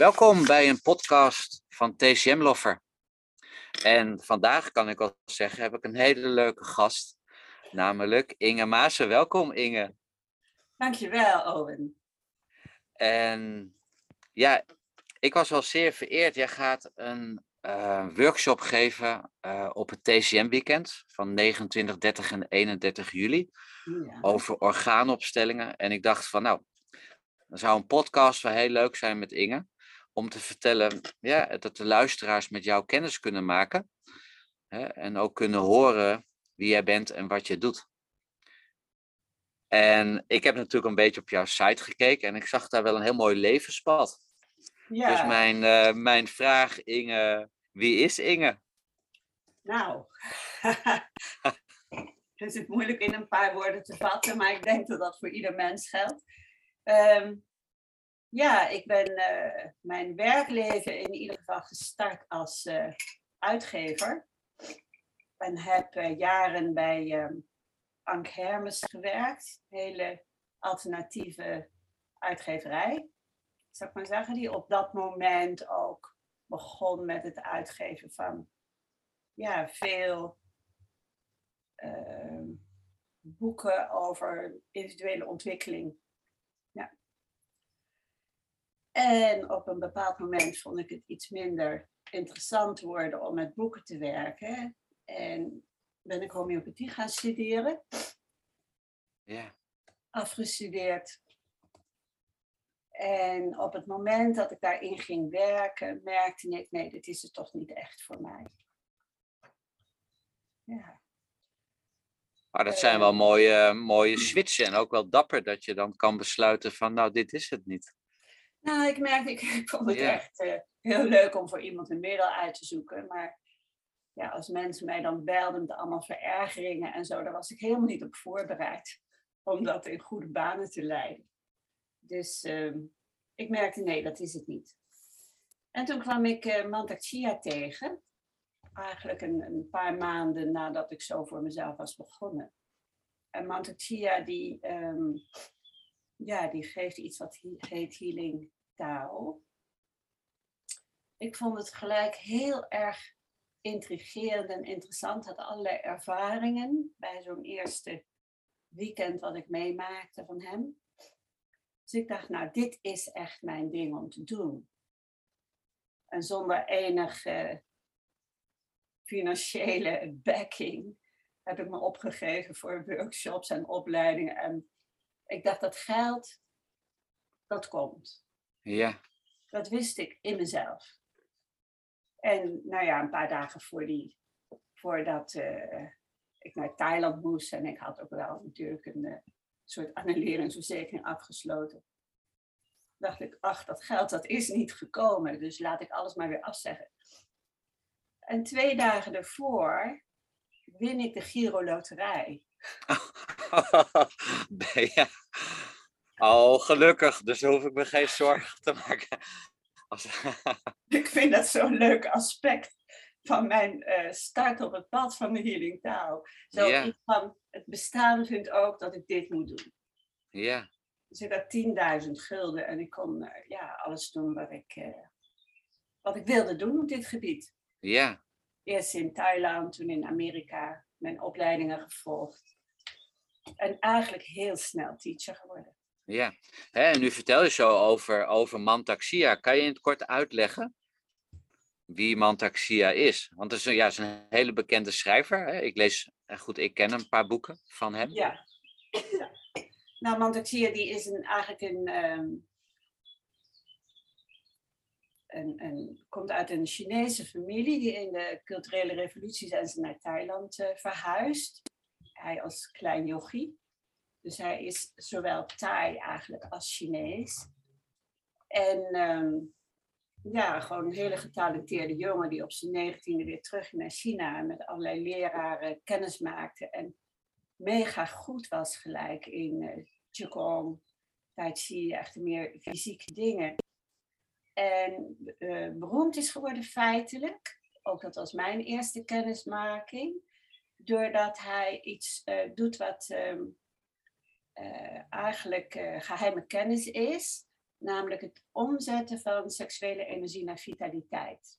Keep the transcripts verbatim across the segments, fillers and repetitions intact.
Welkom bij een podcast van T C M Lover. En vandaag kan ik al zeggen, heb ik een hele leuke gast, namelijk Inge Maassen. Welkom Inge. Dankjewel Owen. En ja, ik was wel zeer vereerd. Jij gaat een uh, workshop geven uh, op het T C M weekend van negenentwintig, dertig en eenendertig juli Ja. over orgaanopstellingen. En ik dacht van nou, dan zou een podcast wel heel leuk zijn met Inge. Om te vertellen, ja, dat de luisteraars met jou kennis kunnen maken. Hè, en ook kunnen horen wie jij bent en wat je doet. En ik heb natuurlijk een beetje op jouw site gekeken. En ik zag daar wel een heel mooi levenspad. Ja. Dus mijn, uh, mijn vraag, Inge, wie is Inge? Nou, het is moeilijk in een paar woorden te vatten. Maar ik denk dat dat voor ieder mens geldt. Um, Ja, ik ben uh, mijn werkleven in ieder geval gestart als uh, uitgever. En heb uh, jaren bij um, Ank Hermes gewerkt. Hele alternatieve uitgeverij, zou ik maar zeggen. Die op dat moment ook begon met het uitgeven van ja, veel uh, boeken over individuele ontwikkeling. Ja. En op een bepaald moment vond ik het iets minder interessant worden om met boeken te werken. En ben ik homeopathie gaan studeren. Ja. Afgestudeerd. En op het moment dat ik daarin ging werken, merkte ik, nee, dit is het toch niet echt voor mij. Ja. Maar dat zijn wel mooie, mooie switchen en ook wel dapper dat je dan kan besluiten van, nou, dit is het niet. Nou, ik merkte, ik, ik vond het Ja. echt uh, heel leuk om voor iemand een middel uit te zoeken. Maar ja, als mensen mij dan belden met allemaal verergeringen en zo, daar was ik helemaal niet op voorbereid. Om dat in goede banen te leiden. Dus uh, ik merkte, nee, dat is het niet. En toen kwam ik uh, Mantak Chia tegen. Eigenlijk een, een paar maanden nadat ik zo voor mezelf was begonnen. En Mantak Chia, die... Um, Ja, die geeft iets wat heet Healing Tao. Ik vond het gelijk heel erg intrigerend en interessant. Had allerlei ervaringen bij zo'n eerste weekend wat ik meemaakte van hem. Dus ik dacht, nou, dit is echt mijn ding om te doen. En zonder enige financiële backing heb ik me opgegeven voor workshops en opleidingen. En ik dacht, dat geld, dat komt. Ja. Dat wist ik in mezelf. En nou ja, een paar dagen voor die, voordat uh, ik naar Thailand moest. En ik had ook wel natuurlijk een uh, soort annuleringsverzekering afgesloten. Dacht ik, ach, dat geld dat is niet gekomen. Dus laat ik alles maar weer afzeggen. En twee dagen ervoor win ik de Giro Loterij. Ja. Oh, gelukkig. Dus hoef ik me geen zorgen te maken. Als... Ik vind dat zo'n leuk aspect van mijn uh, start op het pad van de Healing Tao. Zo Ja. iets van het bestaan vindt ook dat ik dit moet doen. Ja. Dus ik had tienduizend gulden en ik kon uh, ja, alles doen wat ik, uh, wat ik wilde doen op dit gebied. Ja. Eerst in Thailand, toen in Amerika, mijn opleidingen gevolgd. En eigenlijk heel snel teacher geworden. Ja, hè, en nu vertel je zo over, over Mantak Chia. Kan je in het kort uitleggen wie Mantak Chia is? Want het is, ja, is een hele bekende schrijver. Hè? Ik lees, goed, ik ken een paar boeken van hem. Ja. ja. Nou, Mantak Chia die is een, eigenlijk een, um, een, een... komt uit een Chinese familie die in de culturele revolutie zijn ze naar Thailand uh, verhuisd. Hij als klein yogi. Dus hij is zowel Thai eigenlijk als Chinees. En um, ja, gewoon een hele getalenteerde jongen die op zijn negentiende weer terug ging naar China en met allerlei leraren kennis maakte. En mega goed was gelijk in uh, Qigong, Tai Chi, echt meer fysieke dingen. En uh, beroemd is geworden feitelijk, ook dat was mijn eerste kennismaking, doordat hij iets uh, doet wat... Um, Uh, eigenlijk uh, geheime kennis is, namelijk het omzetten van seksuele energie naar vitaliteit.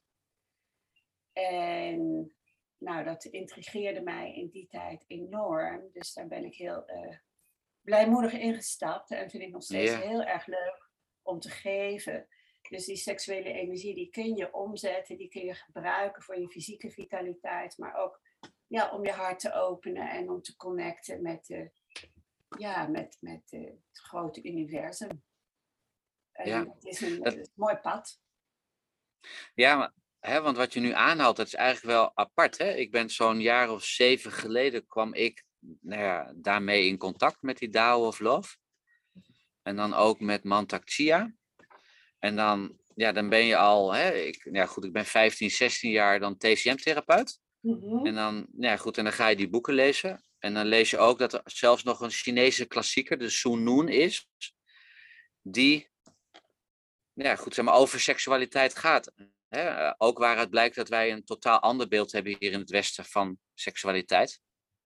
En nou, dat intrigeerde mij in die tijd enorm. Dus daar ben ik heel uh, blijmoedig ingestapt. En vind ik nog steeds Ja. heel erg leuk om te geven. Dus die seksuele energie, die kun je omzetten. Die kun je gebruiken voor je fysieke vitaliteit. Maar ook ja, om je hart te openen en om te connecten met, uh, ja, met, met uh, het grote universum. En Ja. het is een, Dat... een mooi pad. Ja, maar... He, want wat je nu aanhaalt, dat is eigenlijk wel apart. Hè? Ik ben zo'n jaar of zeven geleden kwam ik nou ja, daarmee in contact met die Tao of Love. En dan ook met Mantak Chia. En dan, ja, dan ben je al, hè, ik, ja, goed, ik ben vijftien, zestien jaar dan T C M-therapeut. Mm-hmm. En dan, ja, goed, en dan ga je die boeken lezen. En dan lees je ook dat er zelfs nog een Chinese klassieker, de Sun Noon, is. Die, ja, goed, zeg maar, over seksualiteit gaat. He, ook waaruit blijkt dat wij een totaal ander beeld hebben hier in het Westen van seksualiteit.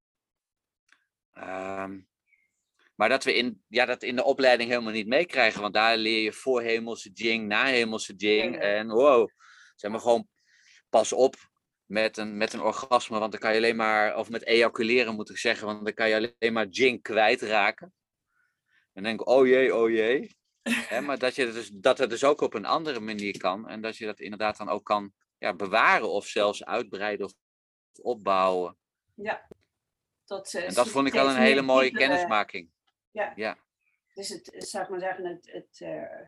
Um, maar dat we in, ja, dat in de opleiding helemaal niet meekrijgen. Want daar leer je voor hemelse Jing, na hemelse Jing. Ja. En wow, zeg maar gewoon pas op met een, met een orgasme. Want dan kan je alleen maar, of met ejaculeren moet ik zeggen. Want dan kan je alleen maar Jing kwijtraken. En dan denk ik, oh jee, oh jee. He, maar dat, je dus, dat het dus ook op een andere manier kan. En dat je dat inderdaad dan ook kan ja, bewaren of zelfs uitbreiden of opbouwen. Ja. Tot, uh, en dat vond ik wel een hele mooie diepere... kennismaking. Ja. ja. Dus het, zou ik maar zeggen, het, het, uh,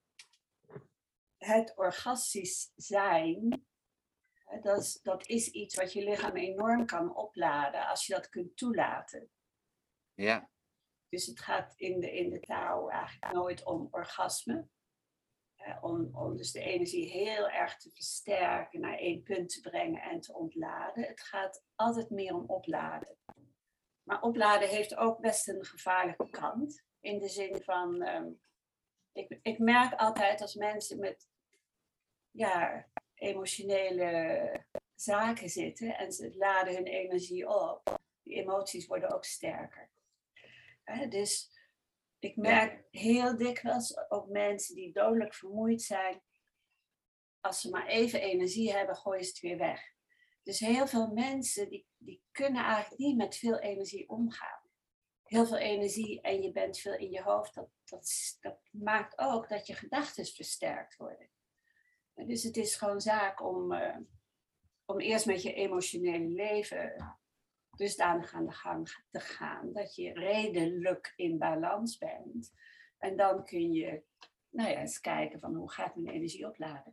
het orgastisch zijn, dat is, dat is iets wat je lichaam enorm kan opladen als je dat kunt toelaten. Ja. Dus het gaat in de, in de taal eigenlijk nooit om orgasme. Uh, om, om dus de energie heel erg te versterken, naar één punt te brengen en te ontladen. Het gaat altijd meer om opladen. Maar opladen heeft ook best een gevaarlijke kant. In de zin van, um, ik, ik merk altijd als mensen met ja, emotionele zaken zitten en ze laden hun energie op, die emoties worden ook sterker. He, dus ik merk heel dikwijls ook mensen die dodelijk vermoeid zijn, als ze maar even energie hebben, gooien ze het weer weg. Dus heel veel mensen die, die kunnen eigenlijk niet met veel energie omgaan. Heel veel energie en je bent veel in je hoofd, dat, dat, dat maakt ook dat je gedachten versterkt worden. En dus het is gewoon zaak om, uh, om eerst met je emotionele leven dusdanig aan de gang te gaan, dat je redelijk in balans bent. En dan kun je nou ja, eens kijken van hoe ga ik mijn energie opladen.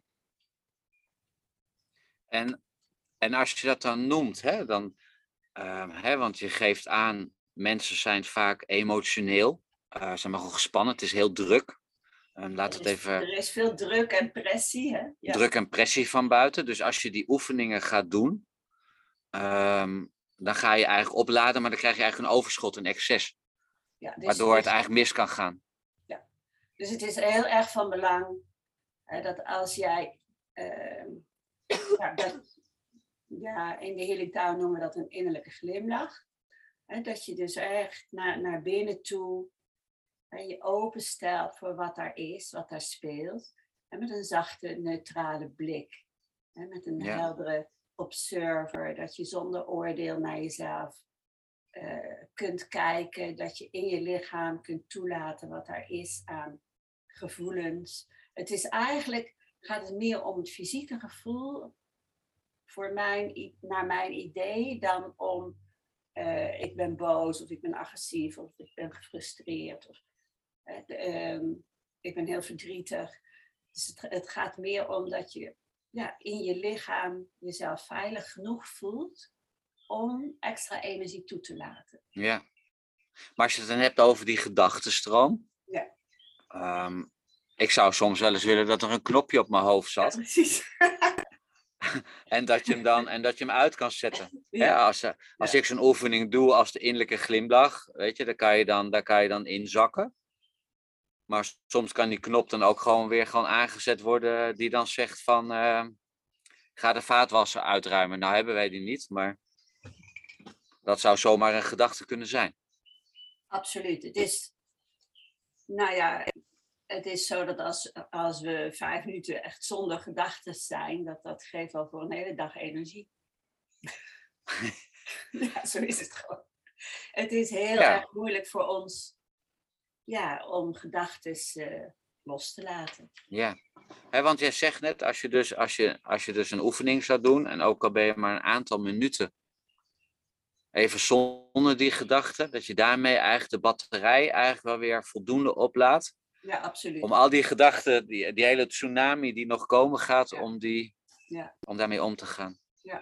En, en als je dat dan noemt, hè, dan, uh, hè, want je geeft aan, mensen zijn vaak emotioneel. Uh, ze zijn maar gewoon gespannen, het is heel druk. Um, laat er, het is, even... er is veel druk en pressie. Hè? Ja. Druk en pressie van buiten. Dus als je die oefeningen gaat doen, um, dan ga je eigenlijk opladen, maar dan krijg je eigenlijk een overschot, een excess. Ja, dus waardoor het, het eigenlijk mis kan gaan. Ja. Dus het is heel erg van belang hè, dat als jij... Uh, ja, dat, ja, in de Healing Tao noemen we dat een innerlijke glimlach. Hè, dat je dus echt naar, naar binnen toe hè, je openstelt voor wat daar is, wat daar speelt. En met een zachte, neutrale blik. Hè, met een ja. heldere observer. Dat je zonder oordeel naar jezelf uh, kunt kijken. Dat je in je lichaam kunt toelaten wat daar is aan gevoelens. Het is eigenlijk, gaat het meer om het fysieke gevoel... Voor mijn, naar mijn idee, dan om uh, ik ben boos of ik ben agressief of ik ben gefrustreerd of uh, de, um, ik ben heel verdrietig. Dus het, het gaat meer om dat je ja, in je lichaam jezelf veilig genoeg voelt om extra energie toe te laten. Ja, maar als je het dan hebt over die gedachtenstroom. Ja. Um, ik zou soms wel eens willen dat er een knopje op mijn hoofd zat. Ja, precies. En dat je hem dan en dat je hem uit kan zetten. Ja. Ja, als als ja. ik zo'n oefening doe als de innerlijke glimlach, weet je, daar kan je dan, daar kan je dan inzakken. Maar soms kan die knop dan ook gewoon weer gewoon aangezet worden, die dan zegt van, uh, ga de vaatwasser uitruimen. Nou hebben wij die niet, maar dat zou zomaar een gedachte kunnen zijn. Absoluut. Het is, nou ja, het is zo dat als, als we vijf minuten echt zonder gedachten zijn, dat dat geeft al voor een hele dag energie. Ja, zo is het gewoon. Het is heel Ja, erg moeilijk voor ons, ja, om gedachten uh, los te laten. ja. Hè, want jij zegt net, als je, dus, als, je, als je dus een oefening zou doen, en ook al ben je maar een aantal minuten even zonder die gedachten, dat je daarmee eigenlijk de batterij eigenlijk wel weer voldoende oplaadt. Ja, absoluut. Om al die gedachten, die, die hele tsunami die nog komen gaat, Ja. om, die, Ja. om daarmee om te gaan. Ja.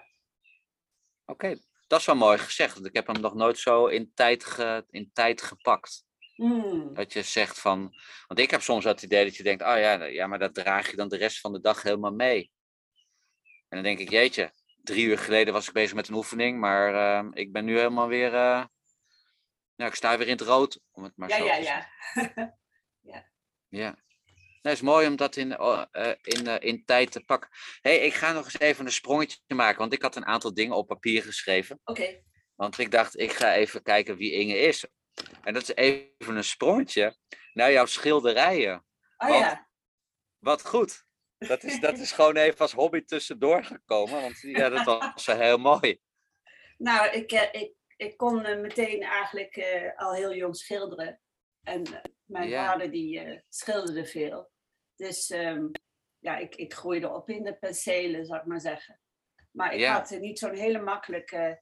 Oké, okay. Dat is wel mooi gezegd, want ik heb hem nog nooit zo in tijd, ge, in tijd gepakt. Mm. Dat je zegt van, want ik heb soms het idee dat je denkt, oh ja, ja, maar dat draag je dan de rest van de dag helemaal mee. En dan denk ik, jeetje, drie uur geleden was ik bezig met een oefening, maar uh, ik ben nu helemaal weer, uh, nou, ik sta weer in het rood, om het maar ja, zo ja, te ja. zeggen. Ja. Ja. Nee, het is mooi om dat in, uh, in, uh, in tijd te pakken. Hé, hey, ik ga nog eens even een sprongetje maken, want ik had een aantal dingen op papier geschreven. Oké. Okay. Want ik dacht, ik ga even kijken wie Inge is. En dat is even een sprongetje naar jouw schilderijen. Oh want, ja. Wat goed. Dat is, dat is gewoon even als hobby tussendoor gekomen, want ja, dat was heel mooi. Nou, ik, ik, ik kon uh, meteen eigenlijk uh, al heel jong schilderen. En uh, mijn Ja. vader die uh, schilderde veel. Dus um, ja, ik, ik groeide op in de penselen, zou ik maar zeggen. Maar ik Ja. had uh, niet zo'n hele makkelijke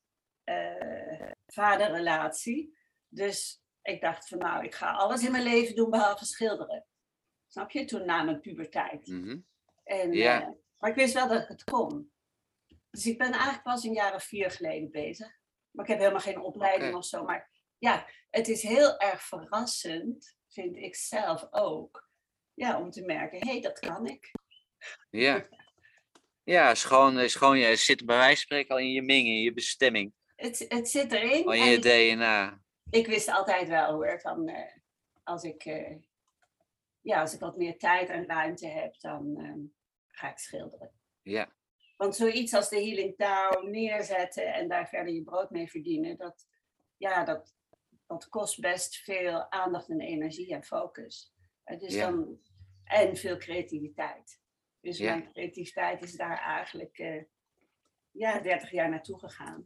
uh, vaderrelatie. Dus ik dacht van nou, ik ga alles in mijn leven doen behalve schilderen. Snap je? Toen na mijn puberteit. Mm-hmm. En, Ja. uh, maar ik wist wel dat ik het kon. Dus ik ben eigenlijk pas een jaar of vier geleden bezig. Maar ik heb helemaal geen opleiding okay. of zo. Maar ja, het is heel erg verrassend, vind ik zelf ook. Ja, om te merken, hé, hey, dat kan ik. Ja. Ja, is gewoon, is gewoon, je zit bij wijze van spreken al in je ming, in je bestemming. Het, het zit erin. Al in je D N A. Ik wist altijd wel hoor, van uh, als ik, uh, ja, als ik wat meer tijd en ruimte heb, dan uh, ga ik schilderen. Ja. Want zoiets als de Healing Touw neerzetten en daar verder je brood mee verdienen, dat, ja, dat, dat kost best veel aandacht en energie en focus. Uh, dus ja. dan, en veel creativiteit. Dus ja. mijn creativiteit is daar eigenlijk uh, ja, dertig jaar naartoe gegaan.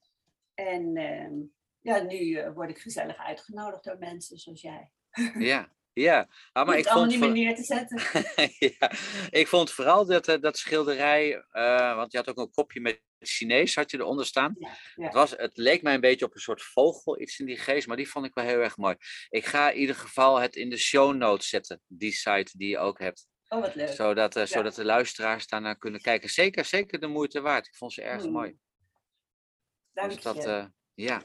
En uh, ja, nu uh, word ik gezellig uitgenodigd door mensen zoals jij. Ja. Ja, ah, maar ik allemaal vond niet meer neer te zetten. ja, ik vond vooral dat, dat schilderij, uh, want je had ook een kopje met Chinees, had je eronder staan. Ja, ja. Het, was, het leek mij een beetje op een soort vogel, iets in die geest, maar die vond ik wel heel erg mooi. Ik ga in ieder geval het in de show notes zetten, die site die je ook hebt. Oh, wat leuk. Zodat, uh, ja. zodat de luisteraars daarnaar kunnen kijken. Zeker, zeker de moeite waard. Ik vond ze erg hmm. mooi. Dank dus dat, je. Uh, ja.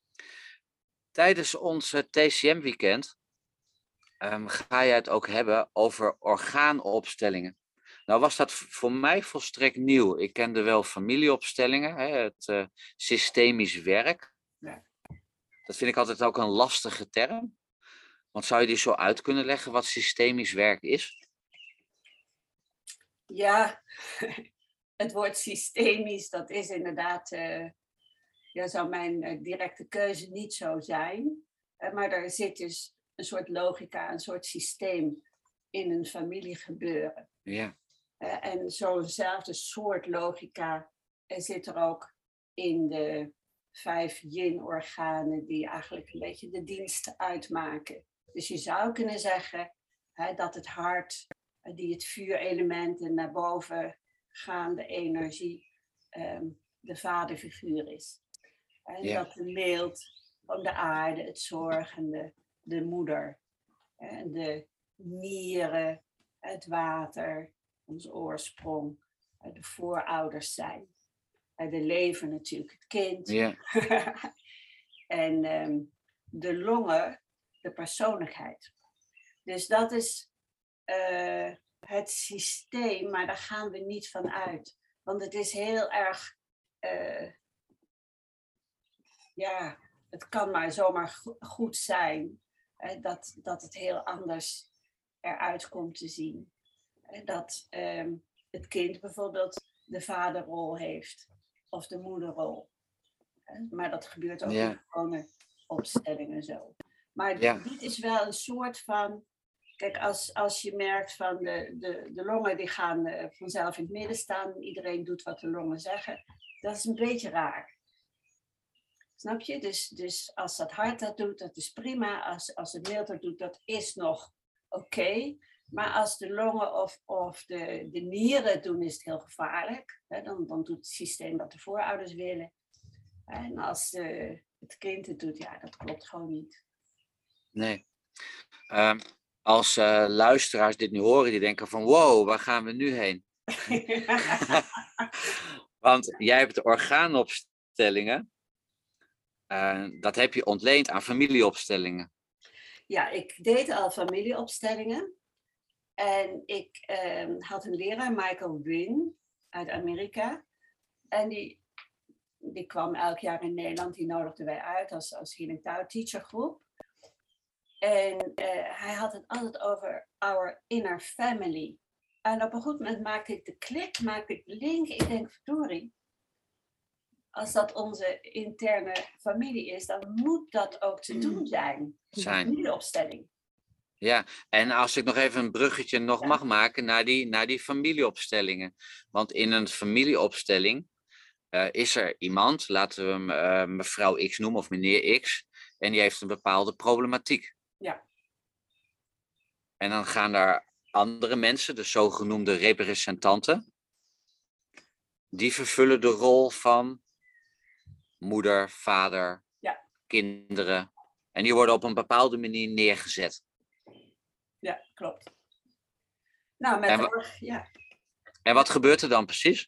Tijdens ons T C M-weekend Um, ga je het ook hebben over orgaanopstellingen. Nou was dat voor mij volstrekt nieuw. Ik kende wel familieopstellingen, hè, het uh, systemisch werk. Ja. Dat vind ik altijd ook een lastige term. Want zou je die zo uit kunnen leggen wat systemisch werk is? Ja, het woord systemisch, dat is inderdaad, uh, ja, zou mijn uh, directe keuze niet zo zijn. Uh, maar er zit dus een soort logica, een soort systeem in een familie gebeuren. Ja. Uh, en zo'nzelfde soort logica uh, zit er ook in de vijf yin-organen die eigenlijk een beetje de dienst uitmaken. Dus je zou kunnen zeggen uh, dat het hart, uh, die het vuurelementen naar boven gaande energie, um, de vaderfiguur is. En ja. dat de mild van de aarde, het zorgende, de moeder, en de nieren, het water, onze oorsprong, de voorouders zijn. De lever natuurlijk, het kind. Ja. en um, de longen, de persoonlijkheid. Dus dat is uh, het systeem, maar daar gaan we niet van uit. Want het is heel erg, uh, ja, het kan maar zomaar go- goed zijn. Dat, dat het heel anders eruit komt te zien. Dat um, het kind bijvoorbeeld de vaderrol heeft. Of de moederrol. Maar dat gebeurt ook ja. in gewone opstellingen zo. Maar ja. dit is wel een soort van... Kijk, als, als je merkt van de, de, de longen die gaan uh, vanzelf in het midden staan. Iedereen doet wat de longen zeggen. Dat is een beetje raar. Snap je? Dus, dus als dat hart dat doet, dat is prima. Als, als het mild dat doet, dat is nog oké. Okay. Maar als de longen of, of de, de nieren het doen, is het heel gevaarlijk. Hè? Dan, dan doet het systeem wat de voorouders willen. En als uh, het kind het doet, ja, dat klopt gewoon niet. Nee. Um, als uh, luisteraars dit nu horen, die denken van wow, waar gaan we nu heen? Want jij hebt de orgaanopstellingen. Uh, dat heb je ontleend aan familieopstellingen. Ja, ik deed al familieopstellingen. En ik uh, had een leraar, Michael Wynn, uit Amerika. En die, die kwam elk jaar in Nederland. Die nodigden wij uit als, als Healing Tao Teacher groep. En uh, hij had het altijd over our inner family. En op een goed moment maakte ik de klik, maakte ik de link. Ik denk, verdorie, als dat onze interne familie is, dan moet dat ook te doen zijn. Zijn. Familieopstelling. Ja, en als ik nog even een bruggetje nog ja. mag maken naar die, naar die familieopstellingen. Want in een familieopstelling uh, is er iemand, laten we hem uh, mevrouw X noemen of meneer X, en die heeft een bepaalde problematiek. Ja. En dan gaan daar andere mensen, de zogenoemde representanten, die vervullen de rol van moeder, vader, ja. kinderen. En die worden op een bepaalde manier neergezet. Ja, klopt. Nou, met en, wa- org- ja. en wat gebeurt er dan precies?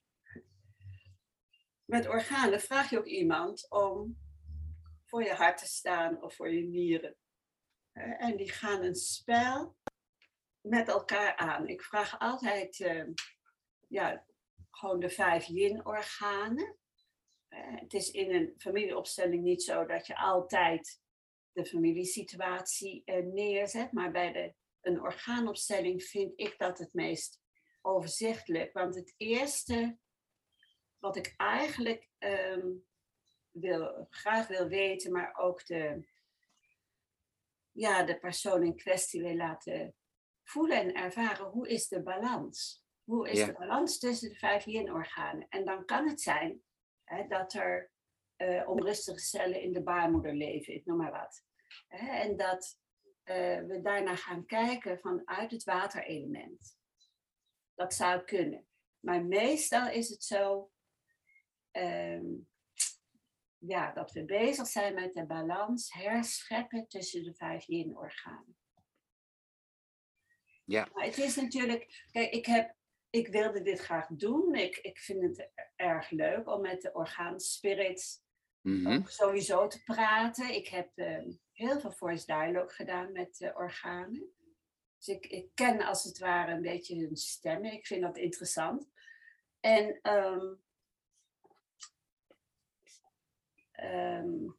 Met organen vraag je ook iemand om voor je hart te staan of voor je nieren. En die gaan een spel met elkaar aan. Ik vraag altijd uh, ja, gewoon de vijf yin-organen. Uh, het is in een familieopstelling niet zo dat je altijd de familiesituatie uh, neerzet. Maar bij de, een orgaanopstelling vind ik dat het meest overzichtelijk. Want het eerste wat ik eigenlijk um, wil, graag wil weten, maar ook de, ja, de persoon in kwestie wil laten voelen en ervaren, hoe is de balans? Hoe is ja. de balans tussen de vijf yin-organen? En dan kan het zijn hè, dat er uh, onrustige cellen in de baarmoeder leven, ik noem maar wat. Hè, en dat uh, we daarna gaan kijken vanuit het waterelement. Dat zou kunnen. Maar meestal is het zo um, ja, dat we bezig zijn met de balans herscheppen tussen de vijf yin-organen. Ja. Maar het is natuurlijk, kijk, ik, heb, ik wilde dit graag doen. Ik, ik vind het erg leuk om met de orgaanspirits mm-hmm. ook sowieso te praten. Ik heb um, heel veel voice dialogue gedaan met de organen. Dus ik, ik ken als het ware een beetje hun stemmen. Ik vind dat interessant. En um, um,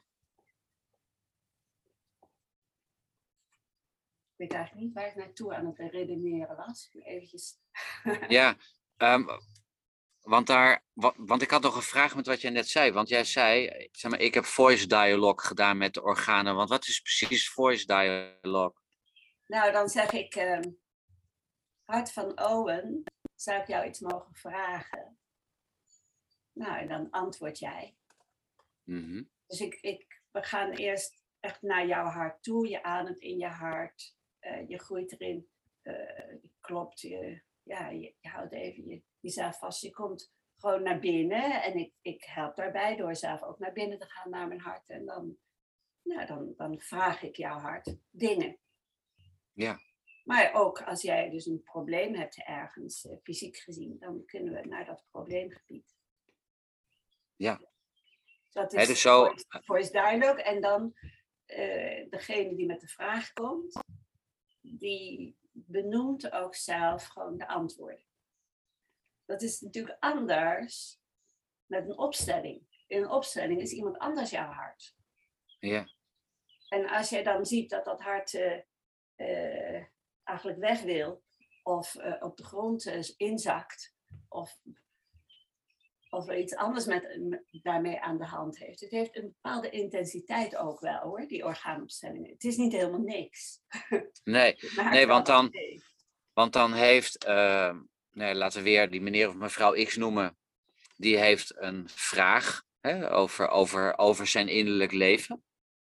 ik weet eigenlijk niet waar ik naartoe aan het redeneren was. Eventjes. Ja, um, want, daar, want ik had nog een vraag met wat jij net zei. Want jij zei, zeg maar, ik heb voice dialogue gedaan met de organen. Want wat is precies voice dialogue? Nou, dan zeg ik, um, Hart van Owen, zou ik jou iets mogen vragen? Nou, en dan antwoord jij. Mm-hmm. Dus ik, ik, we gaan eerst echt naar jouw hart toe. Je ademt in je hart. Uh, je groeit erin. Uh, je klopt. Je, ja, je, je houdt even je, jezelf vast. Je komt gewoon naar binnen. En ik, ik help daarbij door zelf ook naar binnen te gaan, naar mijn hart. En dan, ja, dan, dan vraag ik jouw hart dingen. Ja. Maar ook als jij dus een probleem hebt ergens, uh, fysiek gezien, dan kunnen we naar dat probleemgebied. Ja. Dat is dus zo... voice, voice dialogue. En dan uh, degene die met de vraag komt, die benoemt ook zelf gewoon de antwoorden. Dat is natuurlijk anders met een opstelling. In een opstelling is iemand anders jouw hart. Ja. En als jij dan ziet dat dat hart uh, uh, eigenlijk weg wil, of uh, op de grond uh, inzakt, of of er iets anders met, met, daarmee aan de hand heeft. Het heeft een bepaalde intensiteit ook wel hoor, die orgaanopstellingen. Het is niet helemaal niks. Nee, nee want, dan, want dan heeft, uh, nee, laten we weer die meneer of mevrouw X noemen, die heeft een vraag hè, over, over, over zijn innerlijk leven.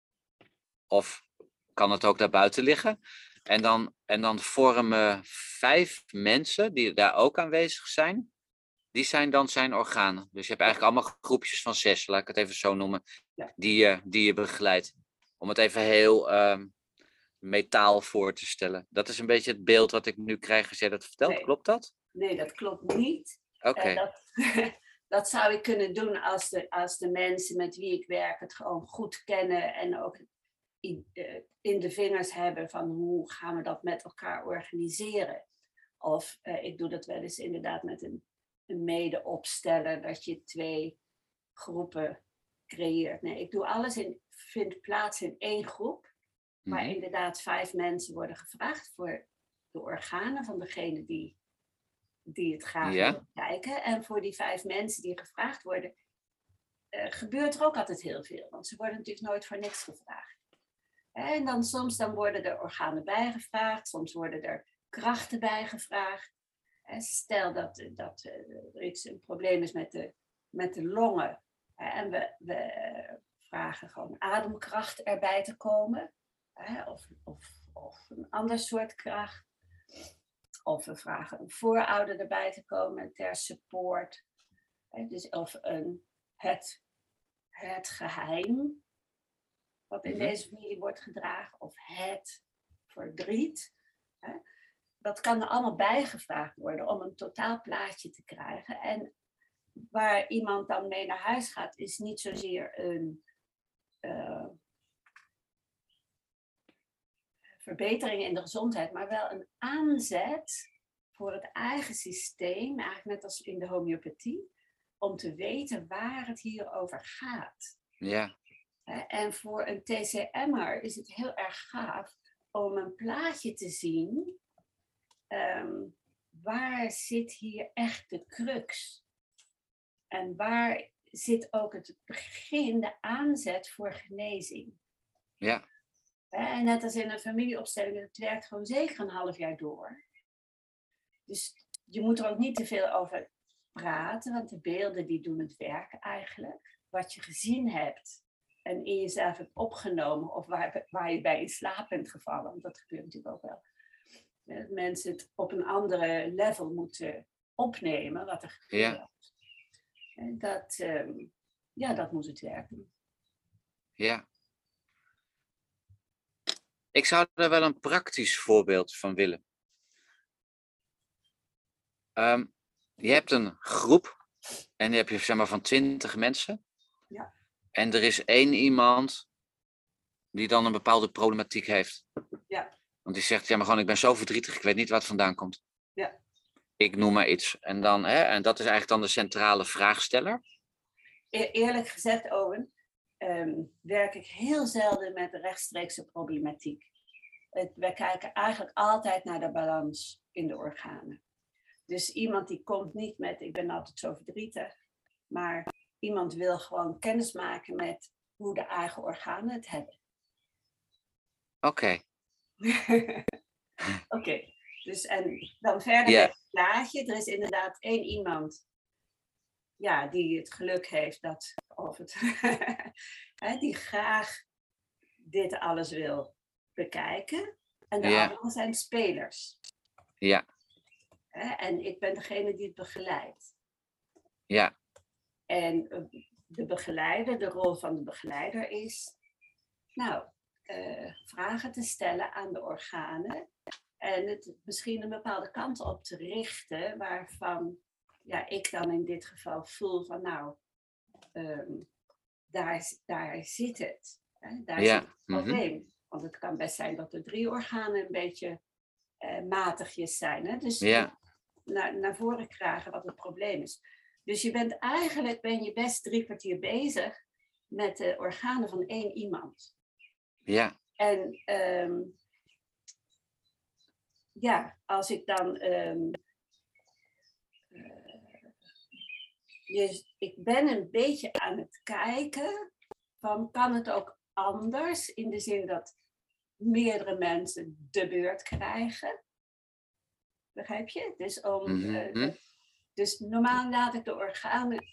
Of kan het ook daarbuiten liggen? En dan, en dan vormen vijf mensen die daar ook aanwezig zijn, die zijn dan zijn organen. Dus je hebt eigenlijk allemaal groepjes van zes, laat ik het even zo noemen, ja. die, je, die je begeleidt. Om het even heel uh, metaal voor te stellen. Dat is een beetje het beeld wat ik nu krijg als jij dat vertelt. Nee. Klopt dat? Nee, dat klopt niet. Oké. Okay. Uh, dat, dat zou ik kunnen doen als de, als de mensen met wie ik werk het gewoon goed kennen en ook in, uh, in de vingers hebben van hoe gaan we dat met elkaar organiseren. Of uh, ik doe dat wel eens inderdaad met een, een mede-opsteller, dat je twee groepen creëert. Nee, ik doe alles in, vindt plaats in één groep, waar mm-hmm. inderdaad vijf mensen worden gevraagd voor de organen van degene die, die het graag ja. willen kijken. En voor die vijf mensen die gevraagd worden, uh, gebeurt er ook altijd heel veel. Want ze worden natuurlijk nooit voor niks gevraagd. En dan soms dan worden er organen bijgevraagd, soms worden er krachten bijgevraagd. Stel dat, dat er iets een probleem is met de, met de longen. En we, we vragen gewoon ademkracht erbij te komen. Of, of, of een ander soort kracht. Of we vragen een voorouder erbij te komen ter support. Dus of een, het, het geheim. Wat in mm-hmm. deze familie wordt gedragen. Of het verdriet. Dat kan er allemaal bijgevraagd worden om een totaalplaatje te krijgen. En waar iemand dan mee naar huis gaat, is niet zozeer een uh, verbetering in de gezondheid, maar wel een aanzet voor het eigen systeem, eigenlijk net als in de homeopathie, om te weten waar het hier over gaat. Ja. En voor een T C M'er is het heel erg gaaf om een plaatje te zien. Um, waar zit hier echt de crux? En waar zit ook het begin, de aanzet voor genezing? Ja. En net als in een familieopstelling, het werkt gewoon zeker een half jaar door. Dus je moet er ook niet te veel over praten, want de beelden die doen het werk eigenlijk. Wat je gezien hebt en in jezelf hebt opgenomen of waar, waar je bij in slaap bent gevallen, want dat gebeurt natuurlijk ook wel. Dat mensen het op een andere level moeten opnemen wat er gebeurt. Ja. En dat, um, ja, dat moet het werken. Ja. Ik zou er wel een praktisch voorbeeld van willen. Um, je hebt een groep en die heb je zeg maar van twintig mensen. Ja. En er is één iemand die dan een bepaalde problematiek heeft. Ja. Want die zegt, ja maar gewoon ik ben zo verdrietig, ik weet niet waar het vandaan komt. Ja. Ik noem maar iets. En, dan, hè, en dat is eigenlijk dan de centrale vraagsteller. E- eerlijk gezegd, Owen, um, werk ik heel zelden met rechtstreekse problematiek. Het, wij kijken eigenlijk altijd naar de balans in de organen. Dus iemand die komt niet met, ik ben altijd zo verdrietig. Maar iemand wil gewoon kennis maken met hoe de eigen organen het hebben. Oké. Okay. Oké. Okay. Dus en dan verder yeah. met het plaatje. Er is inderdaad één iemand ja, die het geluk heeft dat, of het, die graag dit alles wil bekijken. En de yeah. anderen zijn spelers. Ja. En ik ben degene die het begeleidt. Ja. En de begeleider, de rol van de begeleider is, nou, uh, vragen te stellen aan de organen. En het misschien een bepaalde kant op te richten, waarvan ja, ik dan in dit geval voel van nou, um, daar, daar zit het. Hè? Daar ja. zit het probleem. Mm-hmm. Want het kan best zijn dat de drie organen een beetje uh, matigjes zijn. Hè? Dus ja. naar, naar voren krijgen wat het probleem is. Dus je bent eigenlijk ben je best drie kwartier bezig met de organen van één iemand. Ja. En um, ja, als ik dan um, uh, je, ik ben een beetje aan het kijken van kan het ook anders? In de zin dat meerdere mensen de beurt krijgen. Begrijp je? Dus, om, Mm-hmm. uh, dus normaal laat ik de organen...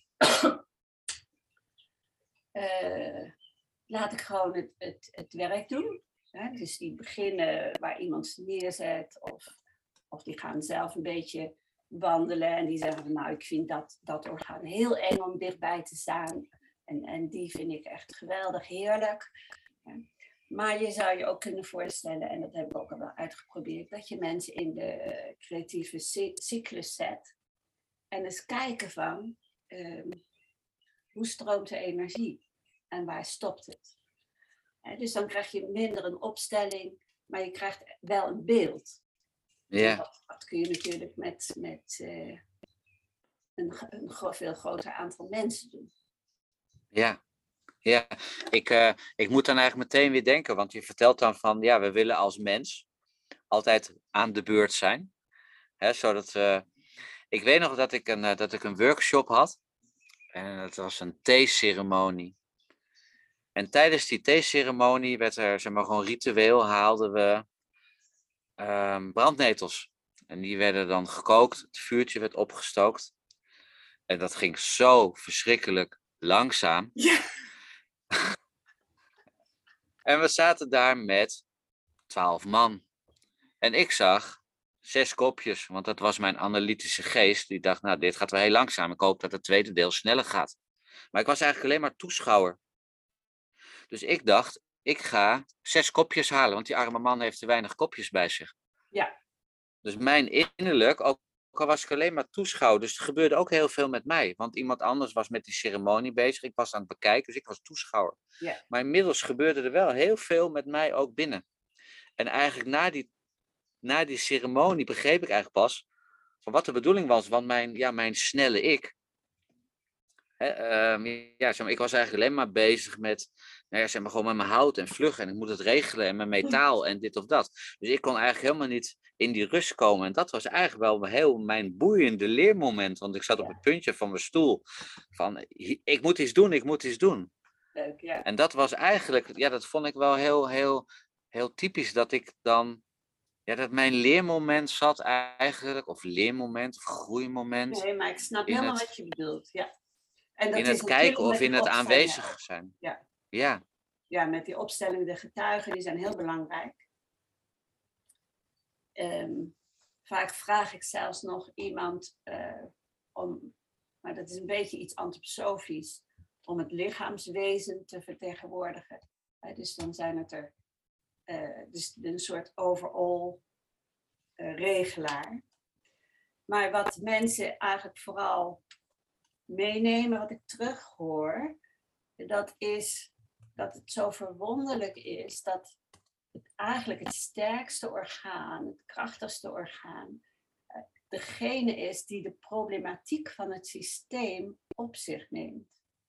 uh, laat ik gewoon het, het, het werk doen. Hè? Dus die beginnen waar iemand ze neerzet. Of, of die gaan zelf een beetje wandelen. En die zeggen van nou, ik vind dat, dat orgaan heel eng om dichtbij te staan. En, en die vind ik echt geweldig, heerlijk. Ja. Maar je zou je ook kunnen voorstellen, en dat heb ik ook al wel uitgeprobeerd, dat je mensen in de creatieve cyclus zet. En eens kijken van, um, hoe stroomt de energie? En waar stopt het? He, dus dan krijg je minder een opstelling, maar je krijgt wel een beeld. Ja. Dat, dat kun je natuurlijk met, met uh, een, een veel groter aantal mensen doen. Ja. Ja, ik, uh, ik moet dan eigenlijk meteen weer denken, want je vertelt dan van, ja, we willen als mens altijd aan de beurt zijn. Hè, zodat we... Ik weet nog dat ik een, uh, dat ik een workshop had en het was een theeceremonie. En tijdens die theeceremonie werd er, zeg maar, gewoon ritueel haalden we uh, brandnetels. En die werden dan gekookt, het vuurtje werd opgestookt. En dat ging zo verschrikkelijk langzaam. Ja. En we zaten daar met twaalf man. En ik zag zes kopjes, want dat was mijn analytische geest. Die dacht, nou, dit gaat wel heel langzaam. Ik hoop dat het tweede deel sneller gaat. Maar ik was eigenlijk alleen maar toeschouwer. Dus ik dacht, ik ga zes kopjes halen, want die arme man heeft te weinig kopjes bij zich. Ja. Dus mijn innerlijk, ook al was ik alleen maar toeschouwer, dus er gebeurde ook heel veel met mij. Want iemand anders was met die ceremonie bezig. Ik was aan het bekijken, dus ik was toeschouwer. Ja. Maar inmiddels gebeurde er wel heel veel met mij ook binnen. En eigenlijk na die, na die ceremonie begreep ik eigenlijk pas van wat de bedoeling was. Want mijn, ja, mijn snelle ik, hè, um, ja, zeg maar, ik was eigenlijk alleen maar bezig met, nou ja, zeg maar, gewoon met mijn hout en vlug. En ik moet het regelen en mijn metaal en dit of dat. Dus ik kon eigenlijk helemaal niet in die rust komen. En dat was eigenlijk wel heel mijn boeiende leermoment. Want ik zat op het puntje van mijn stoel. Van, ik moet iets doen, ik moet iets doen. Leuk, ja. En dat was eigenlijk, ja, dat vond ik wel heel, heel, heel typisch. Dat ik dan, ja, dat mijn leermoment zat eigenlijk, of leermoment, of groeimoment. Nee, maar ik snap helemaal het, wat je bedoelt, ja. En dat in is het kijken of in het aanwezig zijn. Ja. Ja. Ja, met die opstelling, de getuigen, die zijn heel belangrijk. Um, vaak vraag ik zelfs nog iemand uh, om, maar dat is een beetje iets antroposofisch, om het lichaamswezen te vertegenwoordigen. Uh, dus dan zijn het er uh, dus een soort overall uh, regelaar. Maar wat mensen eigenlijk vooral meenemen, wat ik terughoor, dat is dat het zo verwonderlijk is dat het eigenlijk het sterkste orgaan, het krachtigste orgaan, degene is die de problematiek van het systeem op zich neemt.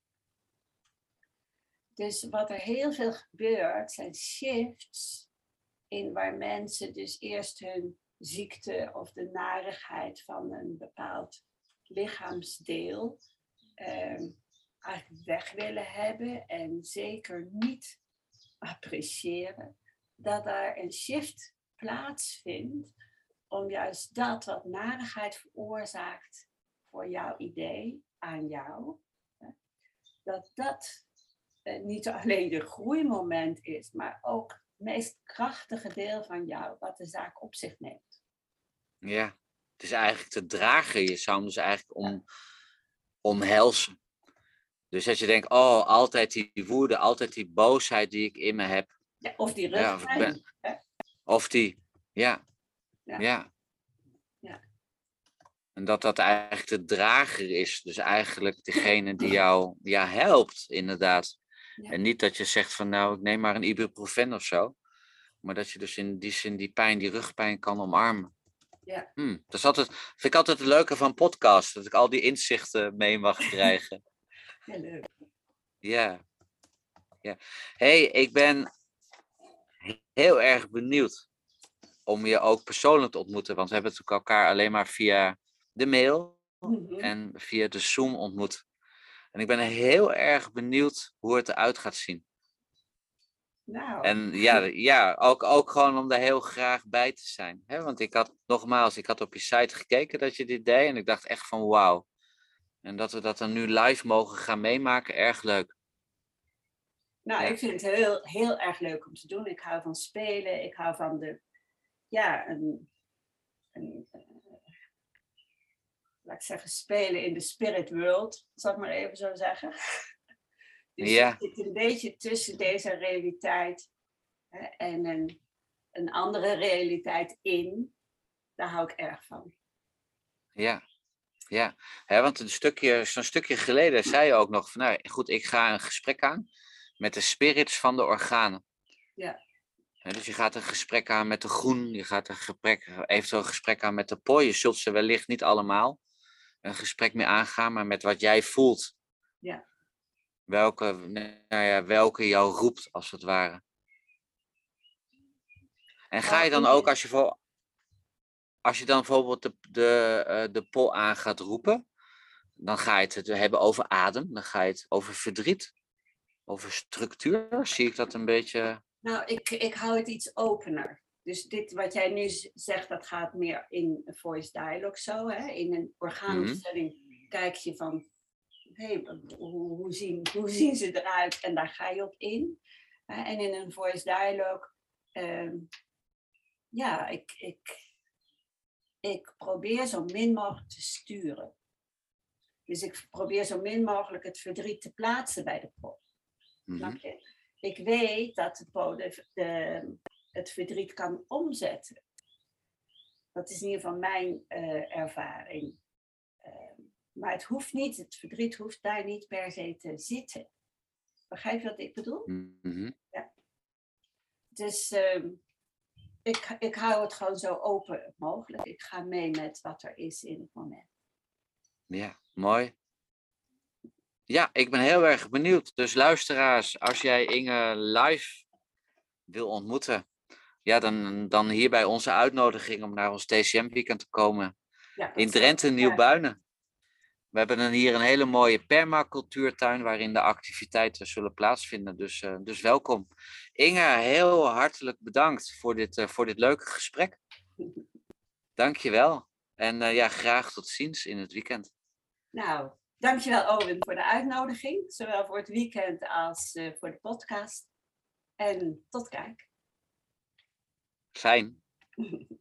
Dus wat er heel veel gebeurt, zijn shifts in waar mensen dus eerst hun ziekte of de narigheid van een bepaald lichaamsdeel eh, eigenlijk weg willen hebben en zeker niet appreciëren. Dat daar een shift plaatsvindt om juist dat wat narigheid veroorzaakt voor jouw idee aan jou, dat dat niet alleen je groeimoment is, maar ook het meest krachtige deel van jou wat de zaak op zich neemt. Ja, het is eigenlijk te dragen. Je zou hem dus eigenlijk om, omhelzen. Dus als je denkt, oh, altijd die woede, altijd die boosheid die ik in me heb. Ja, of die rugpijn. Ja, of, ben, of die, ja, ja, ja. Ja. En dat dat eigenlijk de drager is. Dus eigenlijk degene die jou ja, helpt, inderdaad. Ja. En niet dat je zegt van, nou, ik neem maar een ibuprofen of zo. Maar dat je dus in die zin die pijn, die rugpijn kan omarmen. Ja. Hmm, dat is altijd, vind ik altijd het leuke van podcasts. Dat ik al die inzichten mee mag krijgen. Ja, leuk. Ja. Ja. Hey, ik ben heel erg benieuwd om je ook persoonlijk te ontmoeten. Want we hebben natuurlijk elkaar alleen maar via de mail. Mhm. en via de Zoom ontmoet. En ik ben heel erg benieuwd hoe het eruit gaat zien. Nou, En ja, ja ook, ook gewoon om daar heel graag bij te zijn. Hè? Want ik had, nogmaals, ik had op je site gekeken dat je dit deed. En ik dacht echt van wauw. En dat we dat dan nu live mogen gaan meemaken, erg leuk. nou Ja. ik vind het heel, heel erg leuk om te doen. Ik hou van spelen. Ik hou van de, ja, een, een, eh, laat ik zeggen, spelen in de spirit world, zal ik maar even zo zeggen. Dus Ja. je zit een beetje tussen deze realiteit, hè, en een, een andere realiteit in. Daar hou ik erg van. Ja, ja. Hè, want een stukje, zo'n stukje geleden zei je ook nog van, nou goed, ik ga een gesprek aan met de spirits van de organen. Ja. Hè, dus je gaat een gesprek aan met de groen, je gaat een gesprek, eventueel een gesprek aan met de pooi. Je zult ze wellicht niet allemaal een gesprek mee aangaan, maar met wat jij voelt. Ja. Welke, nou ja, welke jou roept, als het ware. En ga je dan ook, als je, voor, als je dan bijvoorbeeld de, de, uh, de pol aan gaat roepen, dan ga je het hebben over adem, dan ga je het over verdriet, over structuur. Zie ik dat een beetje? Nou, ik, ik hou het iets opener. Dus dit wat jij nu zegt, dat gaat meer in voice dialogue zo. Hè? In een orgaanopstelling mm-hmm. kijk je van, hey, hoe, hoe, zien, hoe zien ze eruit? En daar ga je op in. Uh, en in een voice dialogue, uh, ja, ik, ik, ik probeer zo min mogelijk te sturen. Dus ik probeer zo min mogelijk het verdriet te plaatsen bij de pop. Mm-hmm. Snap je? Ik weet dat de po de, de, het verdriet kan omzetten. Dat is in ieder geval mijn uh, ervaring. Uh, maar het hoeft niet, het verdriet hoeft daar niet per se te zitten. Begrijp je wat ik bedoel? Mm-hmm. Ja. Dus uh, ik, ik hou het gewoon zo open mogelijk. Ik ga mee met wat er is in het moment. Ja, mooi. Ja, ik ben heel erg benieuwd. Dus luisteraars, als jij Inge live wil ontmoeten, ja, dan, dan hierbij onze uitnodiging om naar ons T C M-weekend te komen. Ja, in Drenthe, Nieuwbuinen. We hebben dan hier een hele mooie permacultuurtuin waarin de activiteiten zullen plaatsvinden. Dus, uh, dus welkom. Inge, heel hartelijk bedankt voor dit, uh, voor dit leuke gesprek. Dank je wel. En uh, ja, graag tot ziens in het weekend. Nou, dankjewel Owen voor de uitnodiging. Zowel voor het weekend als uh, voor de podcast. En tot kijk. Fijn.